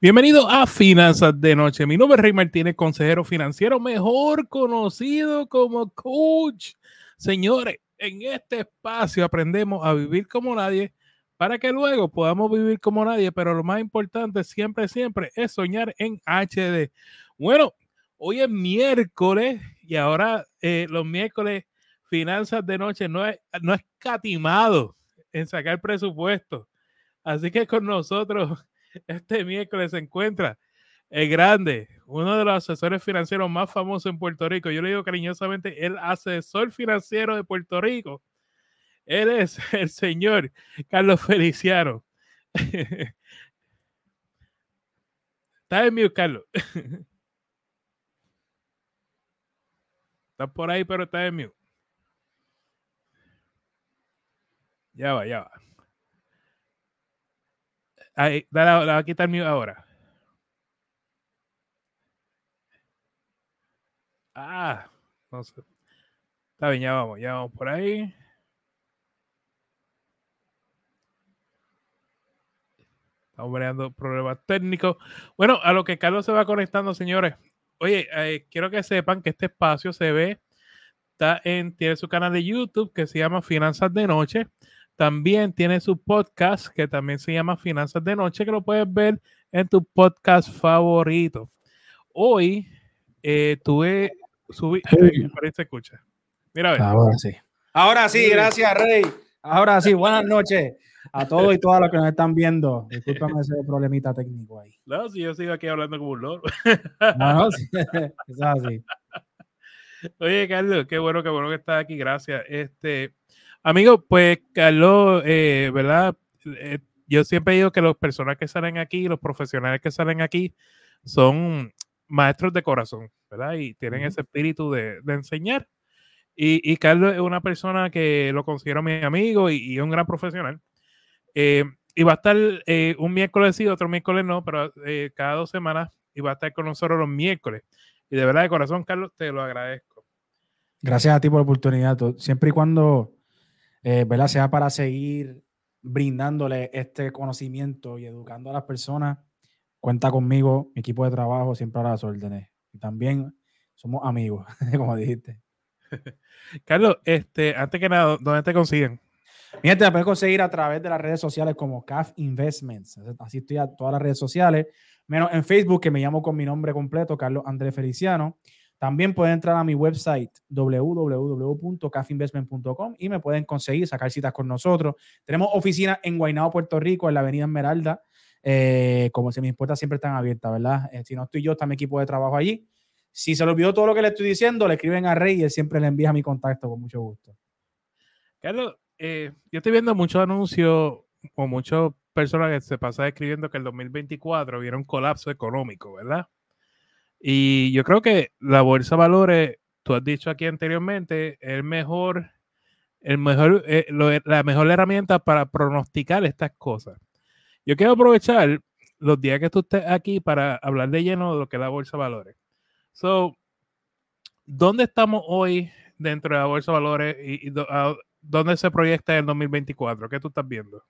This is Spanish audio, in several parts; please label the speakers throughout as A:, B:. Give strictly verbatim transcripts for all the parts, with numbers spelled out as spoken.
A: Bienvenido a Finanzas de Noche. Mi nombre es Rey Martínez, consejero financiero, mejor conocido como coach. Señores, en este espacio aprendemos a vivir como nadie para que luego podamos vivir como nadie, pero lo más importante siempre, siempre es soñar en H D. Bueno, hoy es miércoles y ahora eh, los miércoles Finanzas de Noche no es, no es catimado en sacar presupuesto. Así que con nosotros este miércoles se encuentra el grande, uno de los asesores financieros más famosos en Puerto Rico. Yo le digo cariñosamente el asesor financiero de Puerto Rico. Él es el señor Carlos Feliciano. ¿Estás en mute, Carlos? Estás por ahí, pero estás en mute. Ya va, ya va. Ahí, dale, la va a quitar mute ahora. Ah, no sé. Está bien, ya vamos, ya vamos por ahí. Estamos creando problemas técnicos. Bueno, a lo que Carlos se va conectando, señores. Oye, eh, quiero que sepan que este espacio se ve, está en, tiene su canal de YouTube que se llama Finanzas de Noche. También tiene su podcast que también se llama Finanzas de Noche, que lo puedes ver en tu podcast favorito. Hoy eh, tuve, subí, hey. Por ahí se escucha. Mira a ver.
B: Ahora sí. Ahora sí, gracias, Rey. Ahora sí, buenas noches a todos y todas los que nos están viendo. Discúlpame ese problemita técnico ahí.
A: No, si yo sigo aquí hablando como un loro.
B: Bueno, sí, es así.
A: Oye, Carlos, qué bueno, qué bueno que estás aquí, gracias. Este, amigo, pues, Carlos, eh, ¿verdad? Eh, yo siempre digo que las personas que salen aquí, los profesionales que salen aquí, son maestros de corazón, ¿verdad? Y tienen uh-huh. ese espíritu de, de enseñar. Y, y Carlos es una persona que lo considero mi amigo y, y un gran profesional. Eh, y va a estar eh, un miércoles sí, otro miércoles no, pero eh, cada dos semanas y va a estar con nosotros los miércoles. Y de verdad, de corazón, Carlos, te lo agradezco.
B: Gracias a ti por la oportunidad. Siempre y cuando eh, ¿verdad? sea para seguir brindándole este conocimiento y educando a las personas, cuenta conmigo, mi equipo de trabajo, siempre a las órdenes. Y también somos amigos, como dijiste.
A: Carlos, este, antes que nada, ¿dónde te consiguen?
B: Mi gente, la pueden conseguir a través de las redes sociales como C A F Investments. Así estoy a todas las redes sociales, menos en Facebook, que me llamo con mi nombre completo, Carlos Andrés Feliciano. También pueden entrar a mi website w w w punto c a f investment punto com y me pueden conseguir, sacar citas con nosotros. Tenemos oficina en Guaynabo, Puerto Rico, en la avenida Esmeralda. Eh, como si mis puertas siempre están abiertas, ¿verdad? Eh, si no estoy yo, está mi equipo de trabajo allí. Si se le olvidó todo lo que le estoy diciendo, le escriben a Rey y él siempre le envía mi contacto con mucho gusto.
A: Carlos, eh, yo estoy viendo muchos anuncios o muchas personas que se pasan escribiendo que el dos mil veinticuatro viene un colapso económico, ¿verdad? Y yo creo que la bolsa de valores, tú has dicho aquí anteriormente, es el mejor, el mejor, eh, lo, la mejor herramienta para pronosticar estas cosas. Yo quiero aprovechar los días que tú estés aquí para hablar de lleno de lo que es la bolsa de valores. So, ¿dónde estamos hoy dentro de la bolsa de valores y, y do, a, dónde se proyecta el dos mil veinticuatro? ¿Qué tú estás viendo?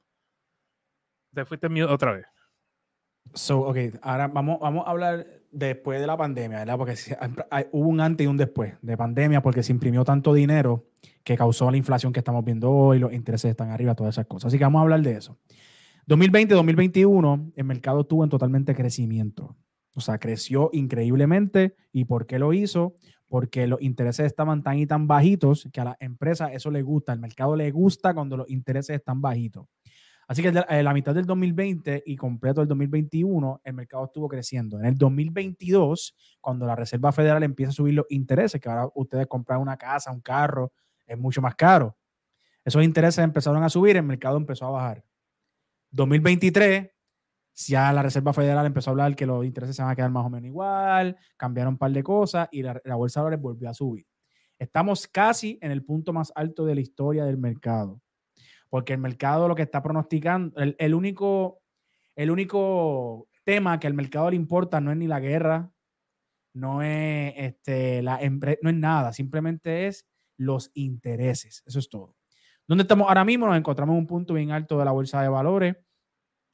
A: Te fuiste mute otra vez.
B: So, ok, ahora vamos, vamos a hablar después de la pandemia, ¿verdad? Porque hay, hubo un antes y un después de pandemia porque se imprimió tanto dinero que causó la inflación que estamos viendo hoy, los intereses están arriba, todas esas cosas. Así que vamos a hablar de eso. dos mil veinte, dos mil veintiuno, el mercado estuvo en totalmente crecimiento. O sea, creció increíblemente. ¿Y por qué lo hizo? Porque los intereses estaban tan y tan bajitos que a las empresas eso les gusta. Al mercado le gusta cuando los intereses están bajitos. Así que en la mitad del dos mil veinte y completo del dos mil veintiuno, el mercado estuvo creciendo. En el dos mil veintidós, cuando la Reserva Federal empieza a subir los intereses, que ahora ustedes compran una casa, un carro, es mucho más caro. Esos intereses empezaron a subir, el mercado empezó a bajar. dos mil veintitrés, ya la Reserva Federal empezó a hablar que los intereses se van a quedar más o menos igual, cambiaron un par de cosas y la, la bolsa de valores volvió a subir. Estamos casi en el punto más alto de la historia del mercado. Porque el mercado lo que está pronosticando, el, el, único, el único tema que al mercado le importa no es ni la guerra, no es, este, la, no es nada, simplemente es los intereses. Eso es todo. ¿Dónde estamos ahora mismo? Nos encontramos en un punto bien alto de la bolsa de valores.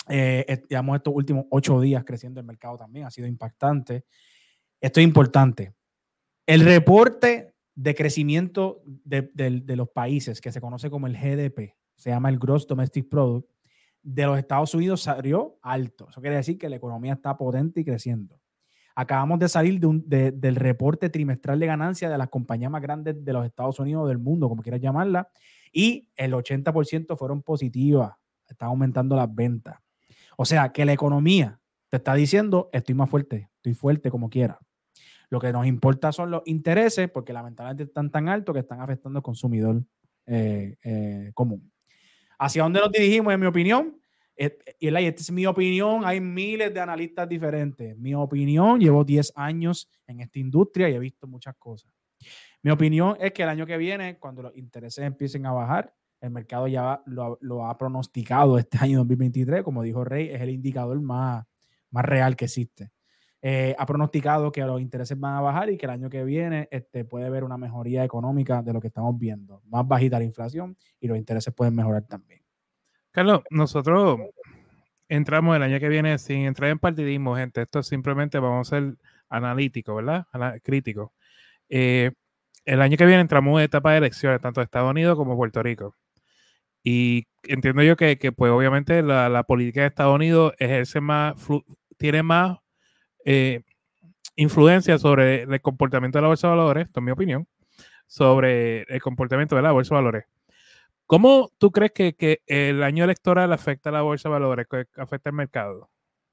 B: Eh, llevamos estos últimos ocho días creciendo el mercado también, ha sido impactante. Esto es importante. El reporte de crecimiento de, de, de los países, que se conoce como el G D P, se llama el Gross Domestic Product, de los Estados Unidos salió alto. Eso quiere decir que la economía está potente y creciendo. Acabamos de salir de un, de, del reporte trimestral de ganancias de las compañías más grandes de los Estados Unidos o del mundo, como quieras llamarla, y el ochenta por ciento fueron positivas. Están aumentando las ventas. O sea, que la economía te está diciendo, estoy más fuerte, estoy fuerte como quiera. Lo que nos importa son los intereses, porque lamentablemente están tan altos que están afectando al consumidor eh, eh, común. ¿Hacia dónde nos dirigimos, en mi opinión? Eh, y esta es mi opinión, hay miles de analistas diferentes. Mi opinión, llevo diez años en esta industria y he visto muchas cosas. Mi opinión es que el año que viene, cuando los intereses empiecen a bajar, el mercado ya va, lo, lo ha pronosticado este año dos mil veintitrés, como dijo Rey, es el indicador más, más real que existe. Eh, ha pronosticado que los intereses van a bajar y que el año que viene este, puede haber una mejoría económica de lo que estamos viendo. Más bajita la inflación y los intereses pueden mejorar también.
A: Carlos, nosotros entramos el año que viene sin entrar en partidismo, gente. Esto simplemente vamos a ser analíticos, ¿verdad? Ana- críticos. Eh, el año que viene entramos en etapa de elecciones, tanto de Estados Unidos como Puerto Rico. Y entiendo yo que, que pues obviamente la, la política de Estados Unidos ejerce más, tiene más eh, influencia sobre el comportamiento de la bolsa de valores, esto es mi opinión, sobre el comportamiento de la bolsa de valores. ¿Cómo tú crees que, que el año electoral afecta a la bolsa de valores, que afecta al mercado?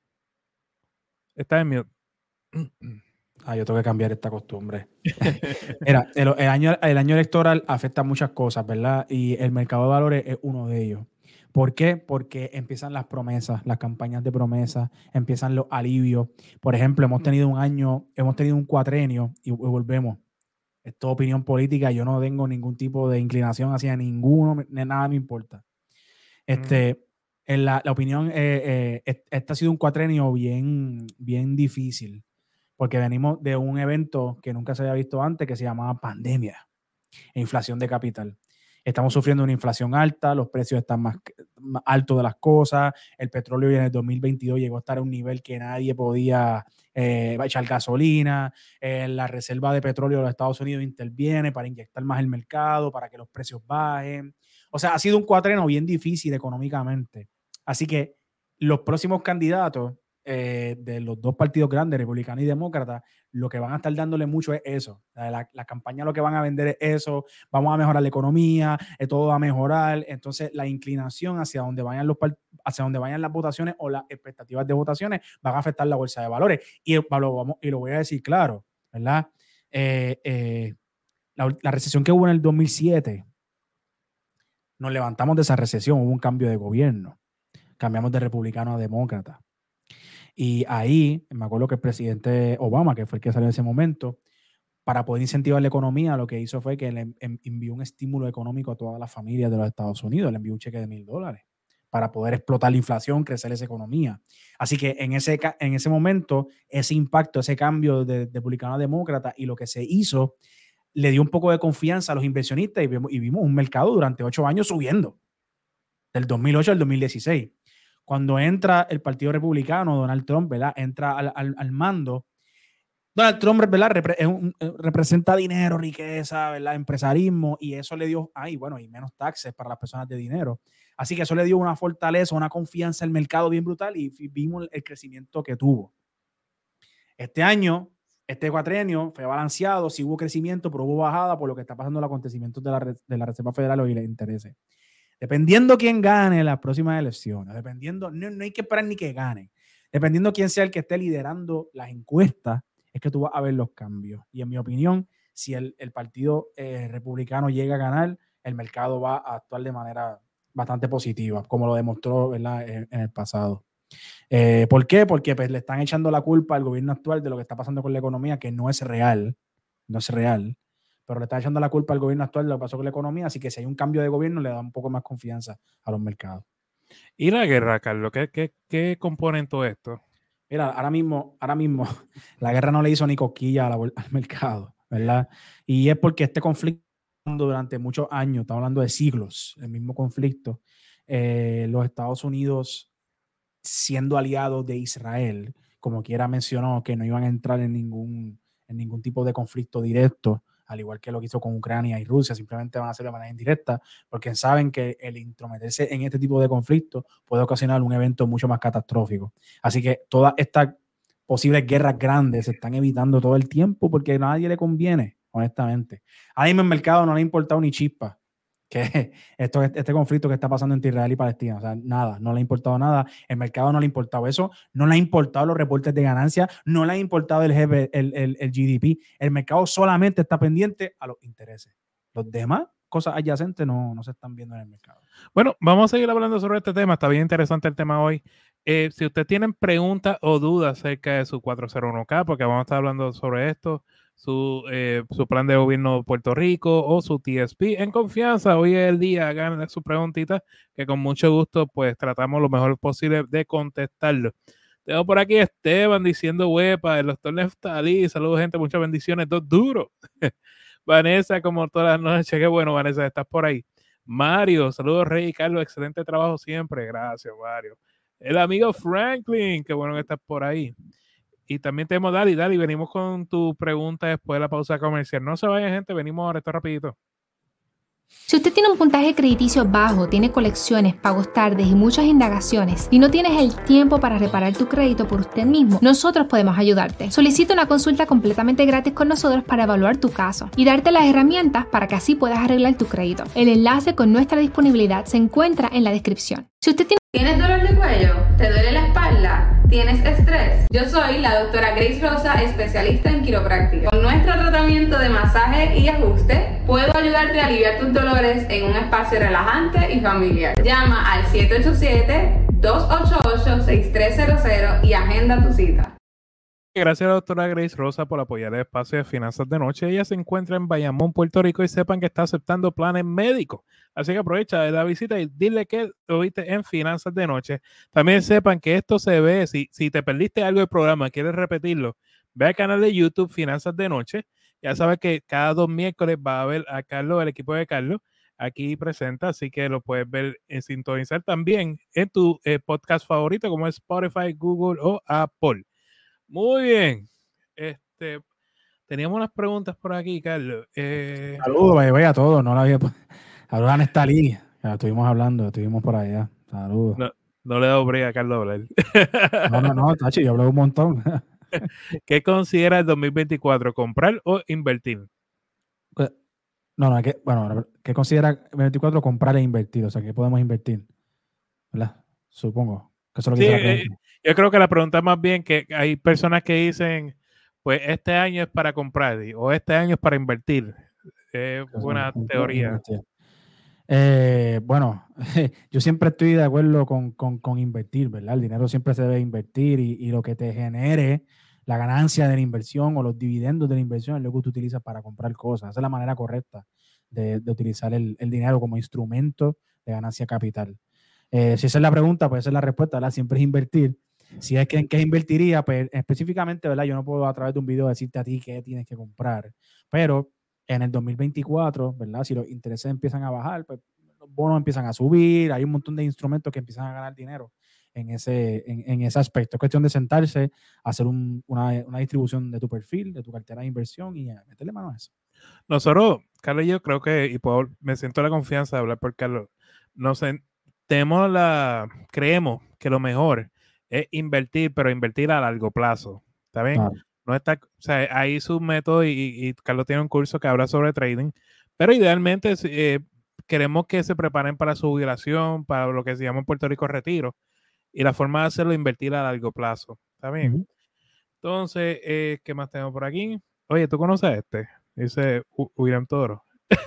A: Está en mute.
B: Ah, yo tengo que cambiar esta costumbre. Mira, el, el, año, el año electoral afecta muchas cosas, ¿verdad? Y el mercado de valores es uno de ellos. ¿Por qué? Porque empiezan las promesas, las campañas de promesas, empiezan los alivios. Por ejemplo, hemos tenido un año, hemos tenido un cuatrenio y, y volvemos. Esto es opinión política, yo no tengo ningún tipo de inclinación hacia ninguno, nada me importa. Este, uh-huh. en la, la opinión, eh, eh, este ha sido un cuatrenio bien, bien difícil, porque venimos de un evento que nunca se había visto antes, que se llamaba pandemia e inflación de capital. Estamos sufriendo una inflación alta, los precios están más, más altos de las cosas, el petróleo en el dos mil veintidós llegó a estar a un nivel que nadie podía eh, echar gasolina, eh, la reserva de petróleo de los Estados Unidos interviene para inyectar más el mercado, para que los precios bajen. O sea, ha sido un cuatreno bien difícil económicamente. Así que los próximos candidatos eh, de los dos partidos grandes, republicano y demócrata, lo que van a estar dándole mucho es eso. La, la campaña lo que van a vender es eso, vamos a mejorar la economía, eh, todo va a mejorar. Entonces, la inclinación hacia donde vayan los hacia donde vayan las votaciones o las expectativas de votaciones van a afectar la bolsa de valores. Y lo, vamos, y lo voy a decir claro, ¿verdad? Eh, eh, la, la recesión que hubo en el dos mil siete, nos levantamos de esa recesión, hubo un cambio de gobierno, cambiamos de republicano a demócrata. Y ahí, me acuerdo que el presidente Obama, que fue el que salió en ese momento, para poder incentivar la economía, lo que hizo fue que le envió un estímulo económico a todas las familias de los Estados Unidos, le envió un cheque de mil dólares para poder explotar la inflación, crecer esa economía. Así que en ese, en ese momento, ese impacto, ese cambio de, de republicano a demócrata y lo que se hizo, le dio un poco de confianza a los inversionistas y vimos, y vimos un mercado durante ocho años subiendo, del dos mil ocho al dos mil dieciséis. Cuando entra el Partido Republicano, Donald Trump, ¿verdad? Entra al, al, al mando. Donald Trump, ¿verdad? Repre es un, representa dinero, riqueza, ¿verdad? Empresarismo, y eso le dio, ay, bueno, y menos taxes para las personas de dinero. Así que eso le dio una fortaleza, una confianza al mercado bien brutal y vimos el crecimiento que tuvo. Este año, este cuatrenio fue balanceado, sí hubo crecimiento, pero hubo bajada por lo que está pasando en los acontecimientos de la, de la Reserva Federal y les interese. Dependiendo quién gane las próximas elecciones, dependiendo, no, no hay que esperar ni que gane, dependiendo quién sea el que esté liderando las encuestas, es que tú vas a ver los cambios. Y en mi opinión, si el, el partido eh, republicano llega a ganar, el mercado va a actuar de manera bastante positiva, como lo demostró, ¿verdad?, en, en el pasado. Eh, ¿Por qué? Porque pues, le están echando la culpa al gobierno actual de lo que está pasando con la economía, que no es real, no es real. Pero le está echando la culpa al gobierno actual de lo que pasó con la economía, así que si hay un cambio de gobierno le da un poco más confianza a los mercados.
A: ¿Y la guerra, Carlos? ¿Qué, qué, qué compone en todo esto?
B: Mira, ahora mismo, ahora mismo la guerra no le hizo ni cosquilla al, al mercado, ¿verdad? Y es porque este conflicto durante muchos años, estamos hablando de siglos, el mismo conflicto, eh, los Estados Unidos siendo aliados de Israel, como quiera mencionó que no iban a entrar en ningún, en ningún tipo de conflicto directo, al igual que lo que hizo con Ucrania y Rusia, simplemente van a hacerlo de manera indirecta, porque saben que el intrometerse en este tipo de conflictos puede ocasionar un evento mucho más catastrófico. Así que todas estas posibles guerras grandes se están evitando todo el tiempo porque a nadie le conviene, honestamente. A mí en el mercado no le ha importado ni chispa que esto, este conflicto que está pasando entre Israel y Palestina, o sea, nada, no le ha importado nada, el mercado no le ha importado eso, no le ha importado los reportes de ganancia, no le ha importado el, G P, el, el, el G D P, el mercado solamente está pendiente a los intereses. Los demás cosas adyacentes no, no se están viendo en el mercado.
A: Bueno, vamos a seguir hablando sobre este tema, está bien interesante el tema hoy. Eh, si ustedes tienen preguntas o dudas acerca de su cuatrocientos uno K, porque vamos a estar hablando sobre esto, su, eh, su plan de gobierno de Puerto Rico o su T S P, en confianza, hoy es el día, hagan sus preguntitas, que con mucho gusto pues tratamos lo mejor posible de contestarlo. Tengo por aquí a Esteban diciendo huepa, el doctor Neftalí, saludos gente, muchas bendiciones, dos duros. Vanessa, como todas las noches, qué bueno Vanessa, estás por ahí. Mario, saludos Rey y Carlos, excelente trabajo siempre, gracias Mario. El amigo Franklin, qué bueno que estás por ahí. Y también tenemos Dali, Dali, venimos con tu pregunta después de la pausa comercial. No se vayan gente, venimos ahora, esto rapidito.
C: Si usted tiene un puntaje crediticio bajo, tiene colecciones, pagos tardes y muchas indagaciones y no tienes el tiempo para reparar tu crédito por usted mismo, nosotros podemos ayudarte. Solicita una consulta completamente gratis con nosotros para evaluar tu caso y darte las herramientas para que así puedas arreglar tu crédito. El enlace con nuestra disponibilidad se encuentra en la descripción. Si usted tiene
D: ¿Tienes dolor de cuello? ¿Te duele la espalda? ¿Tienes estrés? Yo soy la doctora Grace Rosa, especialista en quiropráctica. Con nuestro tratamiento de masaje y ajuste, puedo ayudarte a aliviar tus dolores en un espacio relajante y familiar. Llama al siete ocho siete, dos ocho ocho, seis tres cero cero y agenda tu cita.
A: Gracias a la doctora Grace Rosa por apoyar el espacio de Finanzas de Noche. Ella se encuentra en Bayamón, Puerto Rico, y sepan que está aceptando planes médicos. Así que aprovecha de la visita y dile que lo viste en Finanzas de Noche. También sepan que esto se ve, si, si te perdiste algo del programa, quieres repetirlo, ve al canal de YouTube Finanzas de Noche. Ya sabes que cada dos miércoles va a ver a Carlos, el equipo de Carlos, aquí presenta, así que lo puedes ver en sintonizar también en tu eh, podcast favorito como es Spotify, Google o Apple. Muy bien. Este, teníamos unas preguntas por aquí, Carlos. Eh...
B: Saludos, vaya, vaya a todos. No la había. Saludos a Nestalí, que la estuvimos hablando, estuvimos por allá. Saludos.
A: No, no le he dado brea a Carlos hablar.
B: No, no, no, Tachi, yo hablé un montón.
A: ¿Qué considera el dos mil veinticuatro? ¿Comprar o invertir?
B: No, no, que, bueno, ¿qué considera veinticuatro? Comprar e invertir. O sea, ¿qué podemos invertir? ¿Verdad? Supongo. Que eso es lo que
A: Sí,
B: dice la pregunta.
A: eh, yo creo que la pregunta es más bien que hay personas que dicen, pues este año es para comprar o este año es para invertir. Es eh, buena teoría.
B: Eh, bueno, yo siempre estoy de acuerdo con, con, con invertir, ¿verdad? El dinero siempre se debe invertir y, y lo que te genere la ganancia de la inversión o los dividendos de la inversión es lo que tú utilizas para comprar cosas. Esa es la manera correcta de, de utilizar el, el dinero como instrumento de ganancia capital. Eh, si esa es la pregunta, pues esa es la respuesta, ¿verdad? Siempre es invertir. Si es que en qué invertiría, pues específicamente, ¿verdad? Yo no puedo a través de un video decirte a ti qué tienes que comprar, pero en el dos mil veinticuatro, ¿verdad? Si los intereses empiezan a bajar, pues los bonos empiezan a subir, hay un montón de instrumentos que empiezan a ganar dinero en ese, en, en ese aspecto. Es cuestión de sentarse, hacer un, una, una distribución de tu perfil, de tu cartera de inversión y a meterle mano a eso.
A: Nosotros, Carlos y yo creo que, y puedo, me siento la confianza de hablar por Carlos, nos tenemos la, creemos que lo mejor es invertir, pero invertir a largo plazo, ¿está bien? Claro. No está, o sea, hay su método y, y Carlos tiene un curso que habla sobre trading, pero idealmente eh, queremos que se preparen para su jubilación, para lo que se llama en Puerto Rico retiro, y la forma de hacerlo es invertir a largo plazo, ¿está bien? Uh-huh. Entonces, eh, ¿qué más tenemos por aquí? Oye, ¿tú conoces a este? Dice William Toro.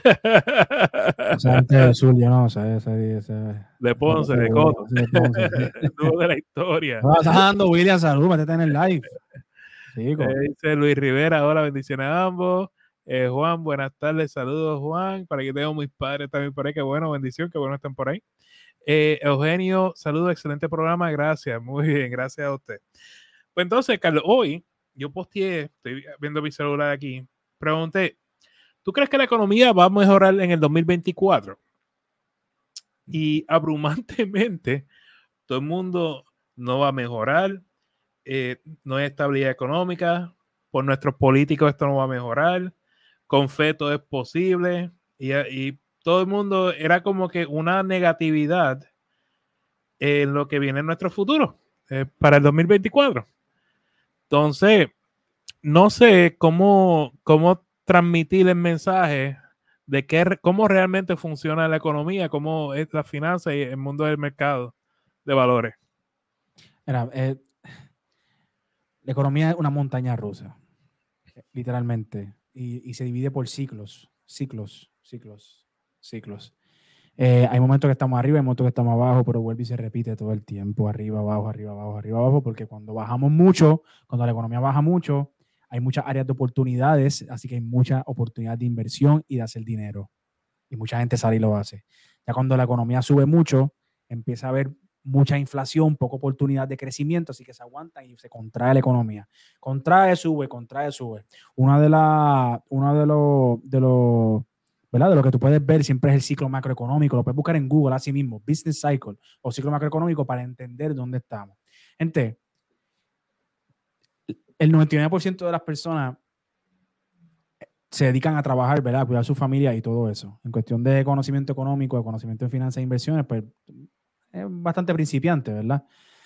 B: O sea, antes del sur, yo no sé. Ese, ese,
A: de Ponce, de Coto. De Ponce. de la historia.
B: No, estás dando, William, salud, métete en el live.
A: Sí, eh, dice Luis Rivera, hola, bendiciones a ambos. Eh, Juan, buenas tardes, saludos, Juan. Para que tengo mis padres también por ahí, qué bueno, bendición, qué bueno están por ahí. Eh, Eugenio, saludos, excelente programa, gracias, muy bien, gracias a usted. Pues entonces, Carlos, hoy yo posteé, estoy viendo mi celular aquí, pregunté, ¿tú crees que la economía va a mejorar en el dos mil veinticuatro? Y abrumantemente, todo el mundo no va a mejorar, eh, no hay estabilidad económica, por nuestros políticos esto no va a mejorar, con fe todo es posible, y, y todo el mundo era como que una negatividad en lo que viene en nuestro futuro, eh, para el dos mil veinticuatro. Entonces, no sé cómo, cómo transmitir el mensaje de qué, cómo realmente funciona la economía, cómo es la finanza y el mundo del mercado de valores.
B: Mira, eh, la economía es una montaña rusa, literalmente, y, y se divide por ciclos, ciclos, ciclos, ciclos. Eh, hay momentos que estamos arriba, hay momentos que estamos abajo, pero vuelve y se repite todo el tiempo, arriba, abajo, arriba, abajo, arriba, abajo, porque cuando bajamos mucho, cuando la economía baja mucho, hay muchas áreas de oportunidades, así que hay mucha oportunidad de inversión y de hacer dinero. Y mucha gente sale y lo hace. Ya cuando la economía sube mucho, empieza a haber mucha inflación, poca oportunidad de crecimiento, así que se aguanta y se contrae la economía. Contrae, sube, contrae, sube. Una de las, una de los, de los, ¿verdad? De lo que tú puedes ver siempre es el ciclo macroeconómico. Lo puedes buscar en Google así mismo, Business Cycle o ciclo macroeconómico para entender dónde estamos. Gente, el noventa y nueve por ciento de las personas se dedican a trabajar, ¿verdad? A cuidar a su familia y todo eso. En cuestión de conocimiento económico, de conocimiento de finanzas e inversiones, pues es bastante principiante, ¿verdad?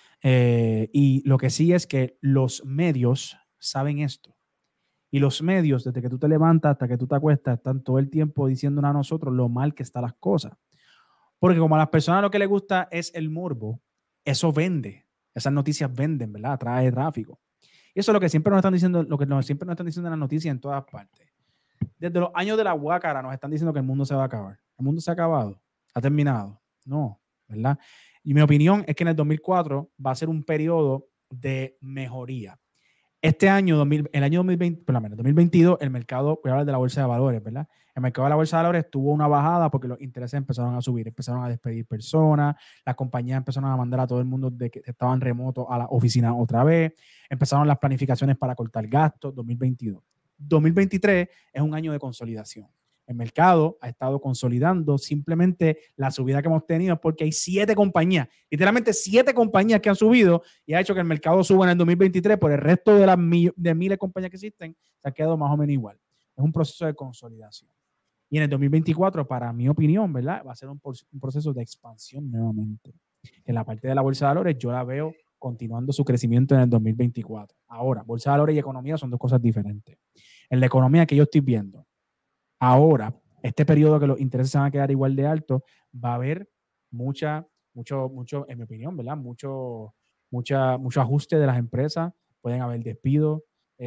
B: Eh, y lo que sí es que los medios saben esto. Y los medios, desde que tú te levantas hasta que tú te acuestas, están todo el tiempo diciéndonos a nosotros lo mal que están las cosas. Porque como a las personas lo que les gusta es el morbo, eso vende. Esas noticias venden, ¿verdad? Atrae tráfico. Y eso es lo que siempre nos están diciendo, lo que nos, siempre nos están diciendo en las noticias en todas partes. Desde los años de la guácara nos están diciendo que el mundo se va a acabar. ¿El mundo se ha acabado? ¿Ha terminado? No, ¿verdad? Y mi opinión es que en el dos mil cuatro va a ser un periodo de mejoría. Este año, dos mil, el año dos mil veinte, perdón, dos mil veintidós, el mercado, voy a hablar de la bolsa de valores, ¿verdad? El mercado de la bolsa de valores tuvo una bajada porque los intereses empezaron a subir, empezaron a despedir personas, las compañías empezaron a mandar a todo el mundo de que estaban remotos a la oficina otra vez, empezaron las planificaciones para cortar gastos, dos mil veintidós. dos mil veintitrés es un año de consolidación. El mercado ha estado consolidando simplemente la subida que hemos tenido porque hay siete compañías, literalmente siete compañías que han subido y ha hecho que el mercado suba en el dos mil veintitrés, por el resto de las mi, de miles de compañías que existen se ha quedado más o menos igual. Es un proceso de consolidación. Y en el dos mil veinticuatro, para mi opinión, ¿verdad? Va a ser un, un proceso de expansión nuevamente. En la parte de la bolsa de valores yo la veo continuando su crecimiento en el dos mil veinticuatro. Ahora, bolsa de valores y economía son dos cosas diferentes. En la economía que yo estoy viendo, ahora, este periodo que los intereses se van a quedar igual de altos, va a haber mucha, mucho, mucho, en mi opinión, ¿verdad? Mucho, mucha, mucho ajuste de las empresas, pueden haber despidos,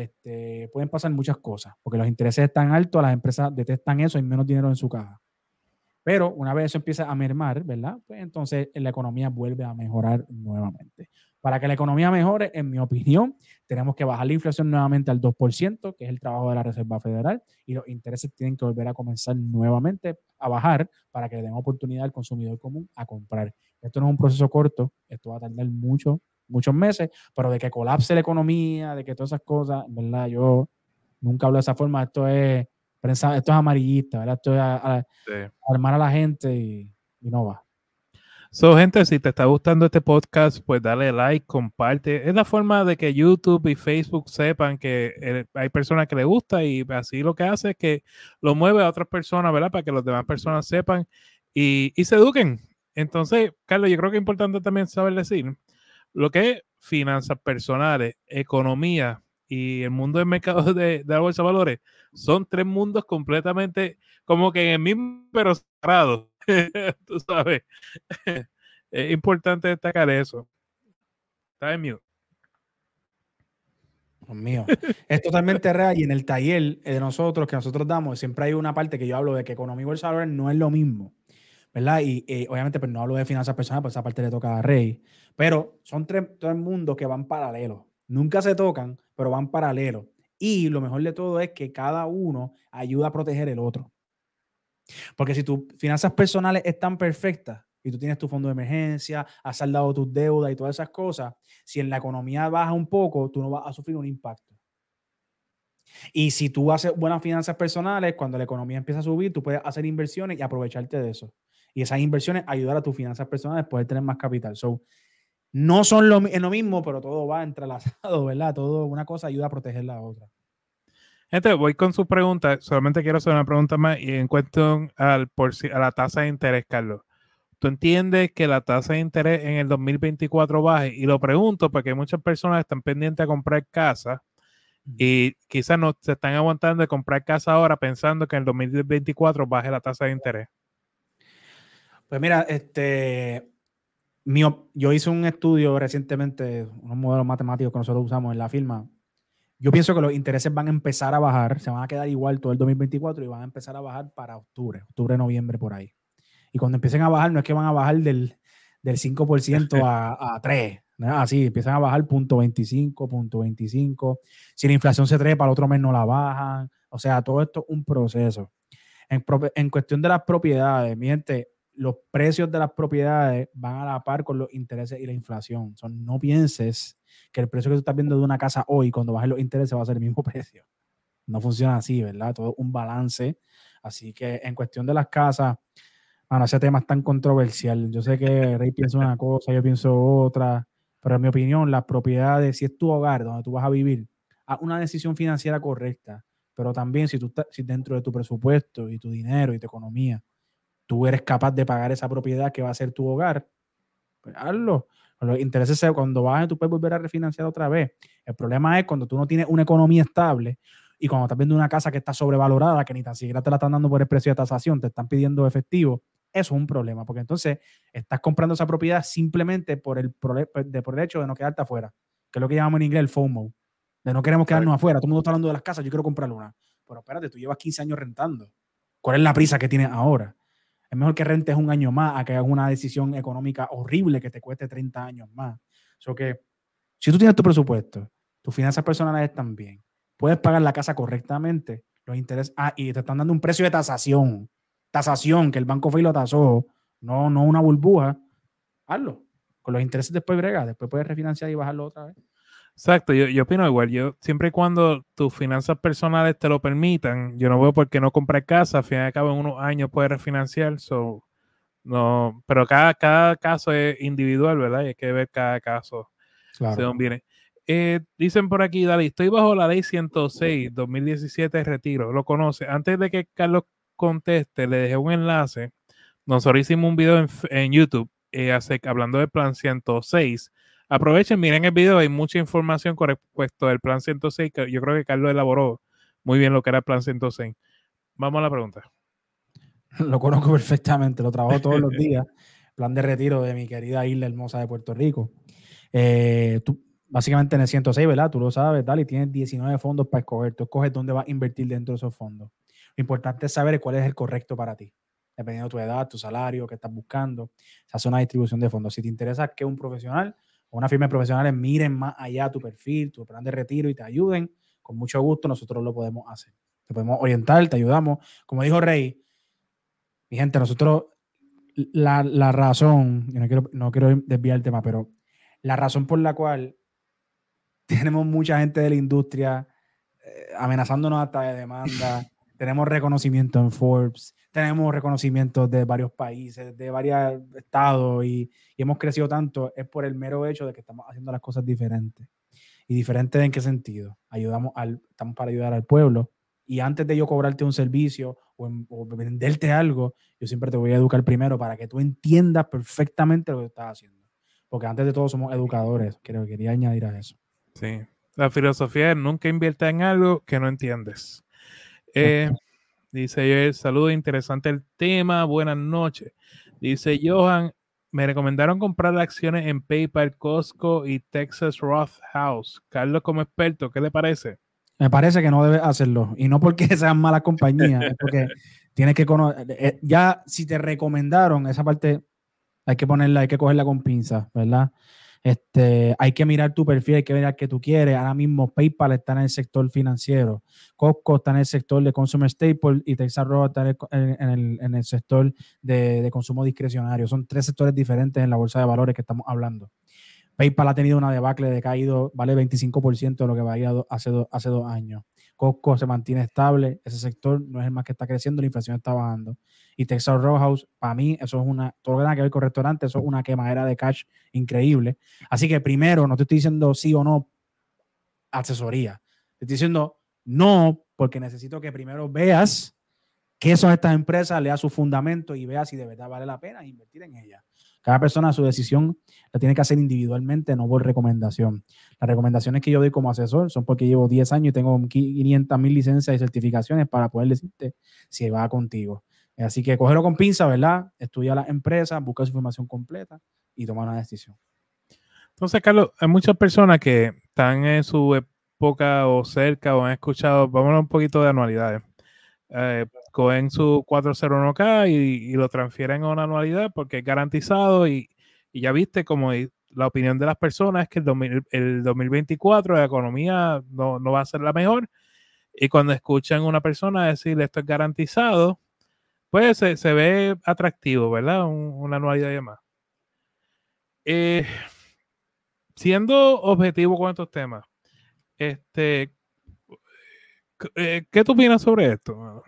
B: este, pueden pasar muchas cosas, porque los intereses están altos, las empresas detestan eso, hay menos dinero en su caja. Pero una vez eso empieza a mermar, ¿verdad? Pues entonces la economía vuelve a mejorar nuevamente. Para que la economía mejore, en mi opinión, tenemos que bajar la inflación nuevamente al dos por ciento, que es el trabajo de la Reserva Federal, y los intereses tienen que volver a comenzar nuevamente a bajar para que le den oportunidad al consumidor común a comprar. Esto no es un proceso corto, esto va a tardar mucho, muchos meses, pero de que colapse la economía, de que todas esas cosas, ¿verdad? Yo nunca hablo de esa forma, esto es, esto es amarillista, ¿verdad? Esto es a, a, sí. a armar a la gente y, y no va.
A: So, gente, si te está gustando este podcast, pues dale like, comparte. Es la forma de que YouTube y Facebook sepan que eh, hay personas que les gusta y así lo que hace es que lo mueve a otras personas, ¿verdad? Para que las demás personas sepan y, y se eduquen. Entonces, Carlos, yo creo que es importante también saber decir lo que es finanzas personales, economía y el mundo del mercado de, de la bolsa de valores. Son tres mundos completamente como que en el mismo, pero separados. Tú sabes, es importante destacar eso. Está en mute.
B: Dios mío, es totalmente real y en el taller de nosotros que nosotros damos siempre hay una parte que yo hablo de que economía y bolsa de valores no es lo mismo, ¿verdad? Y eh, obviamente pues no hablo de finanzas personales, pues esa parte le toca a Rey, pero son tres, tres mundos que van paralelos, nunca se tocan, pero van paralelos y lo mejor de todo es que cada uno ayuda a proteger el otro. Porque si tus finanzas personales están perfectas y tú tienes tu fondo de emergencia, has saldado tus deudas y todas esas cosas, si en la economía baja un poco, tú no vas a sufrir un impacto. Y si tú haces buenas finanzas personales, cuando la economía empieza a subir, tú puedes hacer inversiones y aprovecharte de eso. Y esas inversiones ayudar a tus finanzas personales a poder tener más capital. So, no son lo, lo mismo, pero todo va entrelazado, ¿verdad? Todo, una cosa ayuda a proteger la otra.
A: Gente, voy con su pregunta. Solamente quiero hacer una pregunta más y en cuestión al por si, a la tasa de interés, Carlos. ¿Tú entiendes que la tasa de interés en el dos mil veinticuatro baje? Y lo pregunto porque muchas personas están pendientes a comprar casa y quizás no se están aguantando de comprar casa ahora pensando que en el dos mil veinticuatro baje la tasa de interés.
B: Pues mira, este, mi, yo hice un estudio recientemente, unos modelos matemáticos que nosotros usamos en la firma. Yo pienso que los intereses van a empezar a bajar, se van a quedar igual todo el dos mil veinticuatro y van a empezar a bajar para octubre, octubre, noviembre, por ahí. Y cuando empiecen a bajar, no es que van a bajar del, del cinco por ciento a, a tres, ¿no? Así, empiezan a bajar punto veinticinco, punto veinticinco. Si la inflación se trepa, el otro mes no la bajan. O sea, todo esto es un proceso. En, en cuestión de las propiedades, mi gente, los precios de las propiedades van a la par con los intereses y la inflación. So, no pienses que el precio que tú estás viendo de una casa hoy, cuando bajen los intereses, va a ser el mismo precio. No funciona así, ¿verdad? Todo es un balance. Así que en cuestión de las casas, bueno, ese tema es tan controversial. Yo sé que Rey piensa una cosa, yo pienso otra, pero en mi opinión, las propiedades, si es tu hogar donde tú vas a vivir, haz una decisión financiera correcta, pero también si tú estás, si dentro de tu presupuesto y tu dinero y tu economía, tú eres capaz de pagar esa propiedad que va a ser tu hogar, pues hazlo. Los intereses, cuando bajes, tú puedes volver a refinanciar otra vez. El problema es cuando tú no tienes una economía estable y cuando estás viendo una casa que está sobrevalorada, que ni tan siquiera te la están dando por el precio de tasación, te están pidiendo efectivo, eso es un problema, porque entonces estás comprando esa propiedad simplemente por el, de, por el hecho de no quedarte afuera, que es lo que llamamos en inglés el FOMO, de no queremos quedarnos afuera. Todo el mundo está hablando de las casas, yo quiero comprar una. Pero espérate, tú llevas quince años rentando. ¿Cuál es la prisa que tienes ahora? Es mejor que rentes un año más a que hagas una decisión económica horrible que te cueste treinta años más. So que, si tú tienes tu presupuesto, tus finanzas personales están bien, puedes pagar la casa correctamente, los intereses, ah, y te están dando un precio de tasación, tasación, que el Banco Fey lo tasó, no, no una burbuja, hazlo. Con los intereses después brega, después puedes refinanciar y bajarlo otra vez.
A: Exacto, yo, yo opino igual. Yo siempre y cuando tus finanzas personales te lo permitan, yo no veo por qué no comprar casa. Al fin y al cabo, en unos años puedes refinanciar. So, no, pero cada, cada caso es individual, ¿verdad? Y hay que ver cada caso.
B: Claro.
A: De dónde viene. Eh, dicen por aquí, Dali, estoy bajo la ley ciento seis, dos mil diecisiete, retiro. ¿Lo conoce? Antes de que Carlos conteste, le dejé un enlace. Nosotros hicimos un video en, en YouTube eh, hace, hablando del plan ciento seis. Aprovechen, miren el video, hay mucha información con respecto del plan ciento seis, que yo creo que Carlos elaboró muy bien lo que era el plan ciento seis. Vamos a la pregunta.
B: Lo conozco perfectamente, lo trabajo todos los días. Plan de retiro de mi querida isla hermosa de Puerto Rico. Eh, tú, básicamente en el ciento seis, ¿verdad? Tú lo sabes, Dali, tienes diecinueve fondos para escoger. Tú escoges dónde vas a invertir dentro de esos fondos. Lo importante es saber cuál es el correcto para ti, dependiendo de tu edad, tu salario, qué estás buscando. Se hace una distribución de fondos. Si te interesa que un profesional o una firma de profesionales miren más allá tu perfil, tu plan de retiro y te ayuden, con mucho gusto nosotros lo podemos hacer. Te podemos orientar, te ayudamos. Como dijo Rey, mi gente, nosotros, la, la razón, yo no quiero, no quiero desviar el tema, pero la razón por la cual tenemos mucha gente de la industria eh, amenazándonos hasta de demanda, tenemos reconocimiento en Forbes, tenemos reconocimientos de varios países, de varios estados y, y hemos crecido tanto, es por el mero hecho de que estamos haciendo las cosas diferentes. ¿Y diferentes en qué sentido? Ayudamos al, estamos para ayudar al pueblo. Y antes de yo cobrarte un servicio o, en, o venderte algo, yo siempre te voy a educar primero para que tú entiendas perfectamente lo que estás haciendo. Porque antes de todo somos educadores. Creo que quería añadir a eso.
A: Sí. La filosofía es nunca invierta en algo que no entiendes. Eh, dice Joel, saludos, interesante el tema, buenas noches. Dice Johan, me recomendaron comprar acciones en PayPal, Costco y Texas Roth House. Carlos, como experto, ¿qué le parece?
B: Me parece que no debes hacerlo. Y no porque sean malas compañías, es porque tienes que conocer. Ya, si te recomendaron, esa parte hay que ponerla, hay que cogerla con pinzas, ¿verdad? Este, hay que mirar tu perfil, hay que mirar qué tú quieres. Ahora mismo PayPal está en el sector financiero, Costco está en el sector de consumer staple y Texas Roth está en el, en el, en el sector de, de consumo discrecionario. Son tres sectores diferentes en la bolsa de valores que estamos hablando. PayPal ha tenido una debacle de caído, vale veinticinco por ciento de lo que valía hace, do, hace dos años. Costco se mantiene estable, ese sector no es el más que está creciendo, la inflación está bajando. Y Texas Roadhouse, para mí, eso es una, todo lo que tenga que ver con restaurantes, eso es una quemadera de cash increíble. Así que primero, no te estoy diciendo sí o no, asesoría. Te estoy diciendo no, porque necesito que primero veas qué son estas empresas, leas su fundamento y veas si de verdad vale la pena invertir en ellas. Cada persona su decisión la tiene que hacer individualmente, no por recomendación. Las recomendaciones que yo doy como asesor son porque llevo diez años y tengo quinientas mil licencias y certificaciones para poder decirte si va contigo. Así que cógelo con pinza, ¿verdad? Estudia las empresas, busca su información completa y toma una decisión.
A: Entonces, Carlos, hay muchas personas que están en su época o cerca o han escuchado, vamos a hablar un poquito de anualidades. Eh, cogen su cuatrocientos uno K y, y lo transfieren a una anualidad porque es garantizado y, y ya viste como la opinión de las personas es que el, dos mil, el dos mil veinticuatro la economía no, no va a ser la mejor y cuando escuchan a una persona decir esto es garantizado, pues se, se ve atractivo, ¿verdad? Un, una anualidad y demás. Eh, siendo objetivo con estos temas, este, eh, ¿qué tú opinas sobre esto?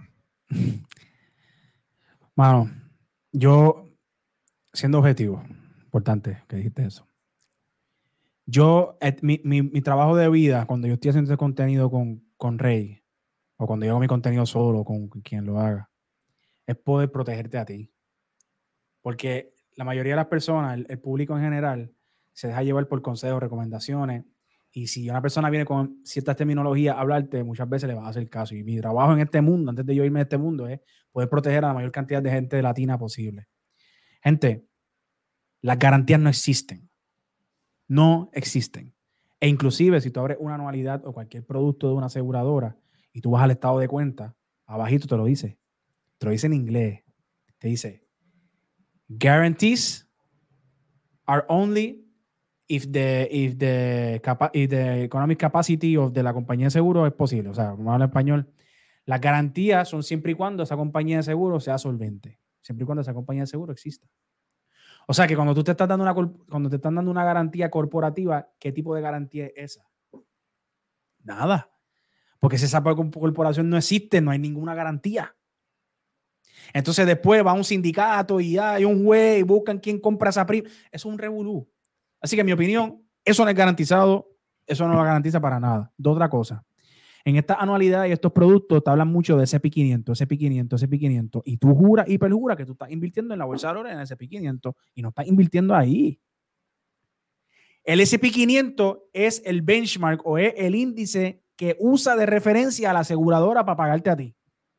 B: Mano, yo, siendo objetivo, importante que dijiste eso. Yo, et, mi, mi, mi trabajo de vida, cuando yo estoy haciendo ese contenido con, con Rey, o cuando yo hago mi contenido solo con, con quien lo haga, es poder protegerte a ti. Porque la mayoría de las personas, el, el público en general, se deja llevar por consejos, recomendaciones, y si una persona viene con ciertas terminologías a hablarte, muchas veces le vas a hacer caso. Y mi trabajo en este mundo, antes de yo irme de este mundo, es poder proteger a la mayor cantidad de gente latina posible. Gente, las garantías no existen. No existen. E inclusive, si tú abres una anualidad o cualquier producto de una aseguradora y tú vas al estado de cuenta, abajito te lo dice. Te lo dice en inglés. Te dice, guarantees are only if the, if the, if the economic capacity of de la compañía de seguro es posible. O sea, como habla en español, las garantías son siempre y cuando esa compañía de seguro sea solvente. Siempre y cuando esa compañía de seguro exista. O sea que cuando tú te estás dando una, cuando te están dando una garantía corporativa, ¿qué tipo de garantía es esa? Nada. Porque si esa corporación no existe, no hay ninguna garantía. Entonces después va un sindicato y hay un juez y buscan quién compra esa prima. Eso es un revolú. Así que en mi opinión, eso no es garantizado, eso no lo garantiza para nada. De otra cosa, en esta anualidad y estos productos te hablan mucho de ese ese P quinientos, ese P quinientos, ese P quinientos y tú juras y perjuras que tú estás invirtiendo en la bolsa de valores en ese ese P quinientos y no estás invirtiendo ahí. El ese P quinientos es el benchmark o es el índice que usa de referencia a la aseguradora para pagarte a ti.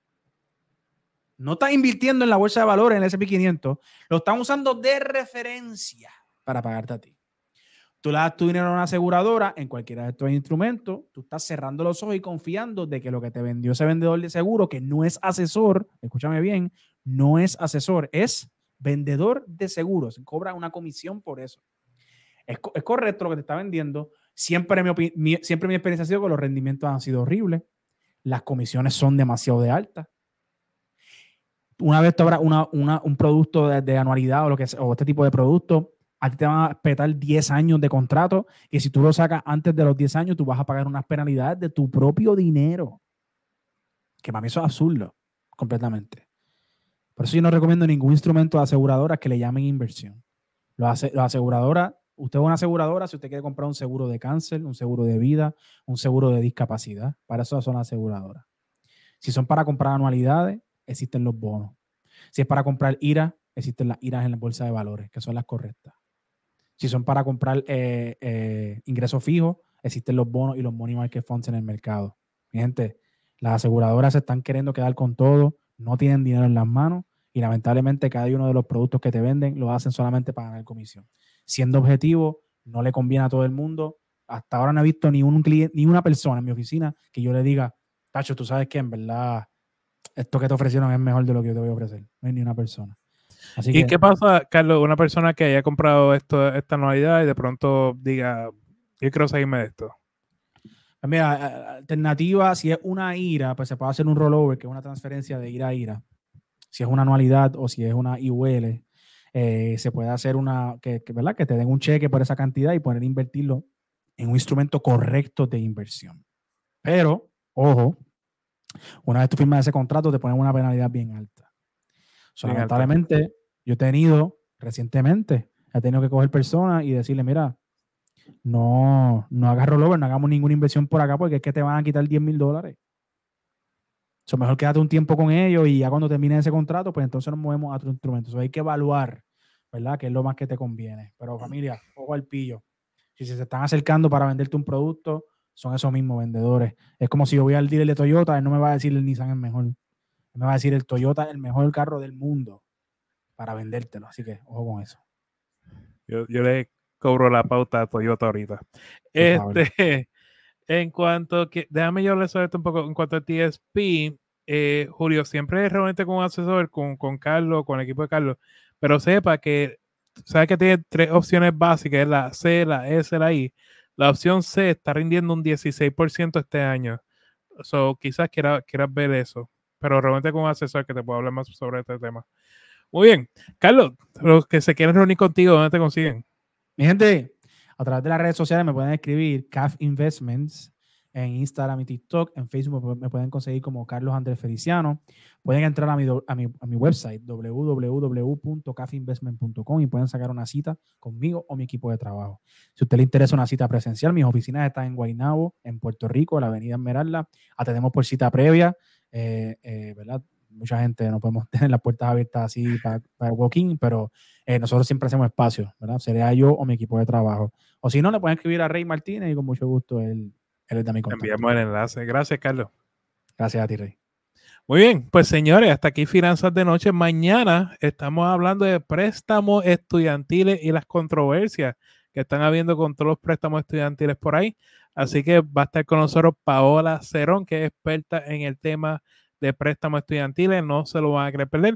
B: No estás invirtiendo en la bolsa de valores en el ese P quinientos, lo están usando de referencia para pagarte a ti. Tú le das tu dinero a una aseguradora en cualquiera de estos instrumentos, tú estás cerrando los ojos y confiando de que lo que te vendió ese vendedor de seguro, que no es asesor, escúchame bien, no es asesor, es vendedor de seguros, cobra una comisión por eso. Es, es correcto lo que te está vendiendo. Siempre mi, mi, siempre mi experiencia ha sido que los rendimientos han sido horribles, las comisiones son demasiado de altas. Una vez tú abras una, una, un producto de, de anualidad o, lo que, o este tipo de producto, a ti te van a petar diez años de contrato y si tú lo sacas antes de los diez años, tú vas a pagar unas penalidades de tu propio dinero. Que para mí eso es absurdo, completamente. Por eso yo no recomiendo ningún instrumento de aseguradora que le llamen inversión. Los aseguradoras, usted es una aseguradora si usted quiere comprar un seguro de cáncer, un seguro de vida, un seguro de discapacidad. Para eso son aseguradoras. Si son para comprar anualidades, existen los bonos. Si es para comprar I R A, existen las I R As en la bolsa de valores, que son las correctas. Si son para comprar eh, eh, ingresos fijos, existen los bonos y los money market funds en el mercado. Mi gente, las aseguradoras se están queriendo quedar con todo, no tienen dinero en las manos y lamentablemente cada uno de los productos que te venden lo hacen solamente para ganar comisión. Siendo objetivo, no le conviene a todo el mundo. Hasta ahora no he visto ni un cliente, ni una persona en mi oficina que yo le diga, Tacho, tú sabes que en verdad esto que te ofrecieron es mejor de lo que yo te voy a ofrecer. No hay ni una persona. Así
A: ¿Y
B: que,
A: qué pasa, Carlos? Una persona que haya comprado esto, esta anualidad y de pronto diga, yo quiero salirme de esto.
B: Mira, alternativa, si es una I R A, pues se puede hacer un rollover, que es una transferencia de I R A a I R A. Si es una anualidad o si es una I U L, eh, se puede hacer una, que, que, ¿verdad? Que te den un cheque por esa cantidad y poder invertirlo en un instrumento correcto de inversión. Pero, ojo, una vez tú firmas ese contrato, te ponen una penalidad bien alta. So,
A: Bien
B: lamentablemente, alta. Yo he tenido recientemente, he tenido que coger personas y decirle, mira, no, no hagas rollover, no hagamos ninguna inversión por acá porque es que te van a quitar diez mil dólares. So, mejor quédate un tiempo con ellos y ya cuando termine ese contrato, pues entonces nos movemos a otro instrumento. So, hay que evaluar, ¿verdad? Qué es lo más que te conviene. Pero familia, ojo al pillo. Si se están acercando para venderte un producto, son esos mismos vendedores. Es como si yo voy al dealer de Toyota, él no me va a decir el Nissan es mejor. Él me va a decir el Toyota es el mejor carro del mundo para vendértelo. Así que ojo con eso.
A: Yo, yo le cobro la pauta a Toyota ahorita. Este, en cuanto que, déjame yo hablar sobre esto un poco. En cuanto a T S P, eh, Julio, siempre reúnete con un asesor, con, con Carlos, con el equipo de Carlos, pero sepa que, sabe que tiene tres opciones básicas, la C, la S, la I. La opción C está rindiendo un dieciséis por ciento este año. So, quizás quieras quiera ver eso, pero reúnete con un asesor que te pueda hablar más sobre este tema. Muy bien. Carlos, los que se quieren reunir contigo, ¿dónde te consiguen?
B: Mi gente, a través de las redes sociales me pueden escribir C A F Investments en Instagram y TikTok. En Facebook me pueden conseguir como Carlos Andrés Feliciano. Pueden entrar a mi, a mi, a mi website w w w punto c a f investment punto com y pueden sacar una cita conmigo o mi equipo de trabajo. Si a usted le interesa una cita presencial, mis oficinas están en Guaynabo, en Puerto Rico, en la avenida Esmeralda. Atendemos por cita previa, eh, eh, ¿verdad? Mucha gente no podemos tener las puertas abiertas así para, para walk-in, pero eh, nosotros siempre hacemos espacio, ¿verdad? Sería yo o mi equipo de trabajo. O si no, le pueden escribir a Rey Martínez y con mucho gusto él, él les da mi contacto.
A: Enviamos el enlace. Gracias, Carlos.
B: Gracias a ti, Rey.
A: Muy bien, pues señores, hasta aquí Finanzas de Noche. Mañana estamos hablando de préstamos estudiantiles y las controversias que están habiendo con todos los préstamos estudiantiles por ahí. Así que va a estar con nosotros Paola Cerón, que es experta en el tema de préstamos estudiantiles. No se lo van a querer perder.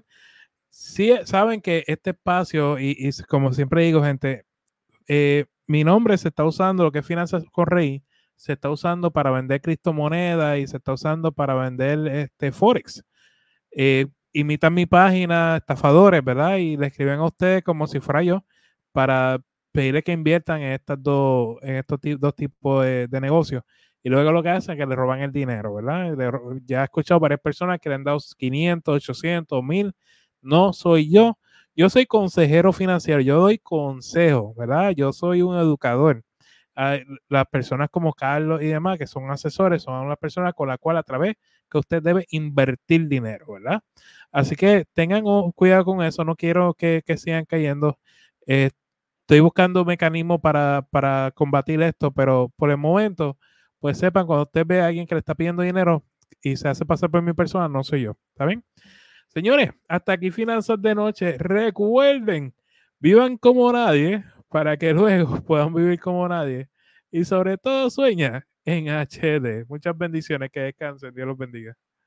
A: Sí, saben que este espacio, y, y como siempre digo, gente, eh, mi nombre se está usando, lo que es Finanzas con Rey, se está usando para vender criptomonedas y se está usando para vender este Forex. Eh, imitan mi página, estafadores, ¿verdad? Y le escriben a ustedes como si fuera yo para pedirle que inviertan en estas dos, en estos dos tipos de, de negocios. Y luego lo que hacen es que le roban el dinero, ¿verdad? Le, ya he escuchado varias personas que le han dado quinientos, ochocientos, mil. No soy yo. Yo soy consejero financiero. Yo doy consejos, ¿verdad? Yo soy un educador. Uh, las personas como Carlos y demás, que son asesores, son las personas con las cuales a través que usted debe invertir dinero, ¿verdad? Así que tengan oh, cuidado con eso. No quiero que, que sigan cayendo. Eh, estoy buscando mecanismos para, para combatir esto, pero por el momento, pues sepan, cuando usted ve a alguien que le está pidiendo dinero y se hace pasar por mi persona, no soy yo. ¿Está bien? Señores, hasta aquí Finanzas de Noche. Recuerden, vivan como nadie para que luego puedan vivir como nadie. Y sobre todo sueña en H D. Muchas bendiciones, que descansen. Dios los bendiga.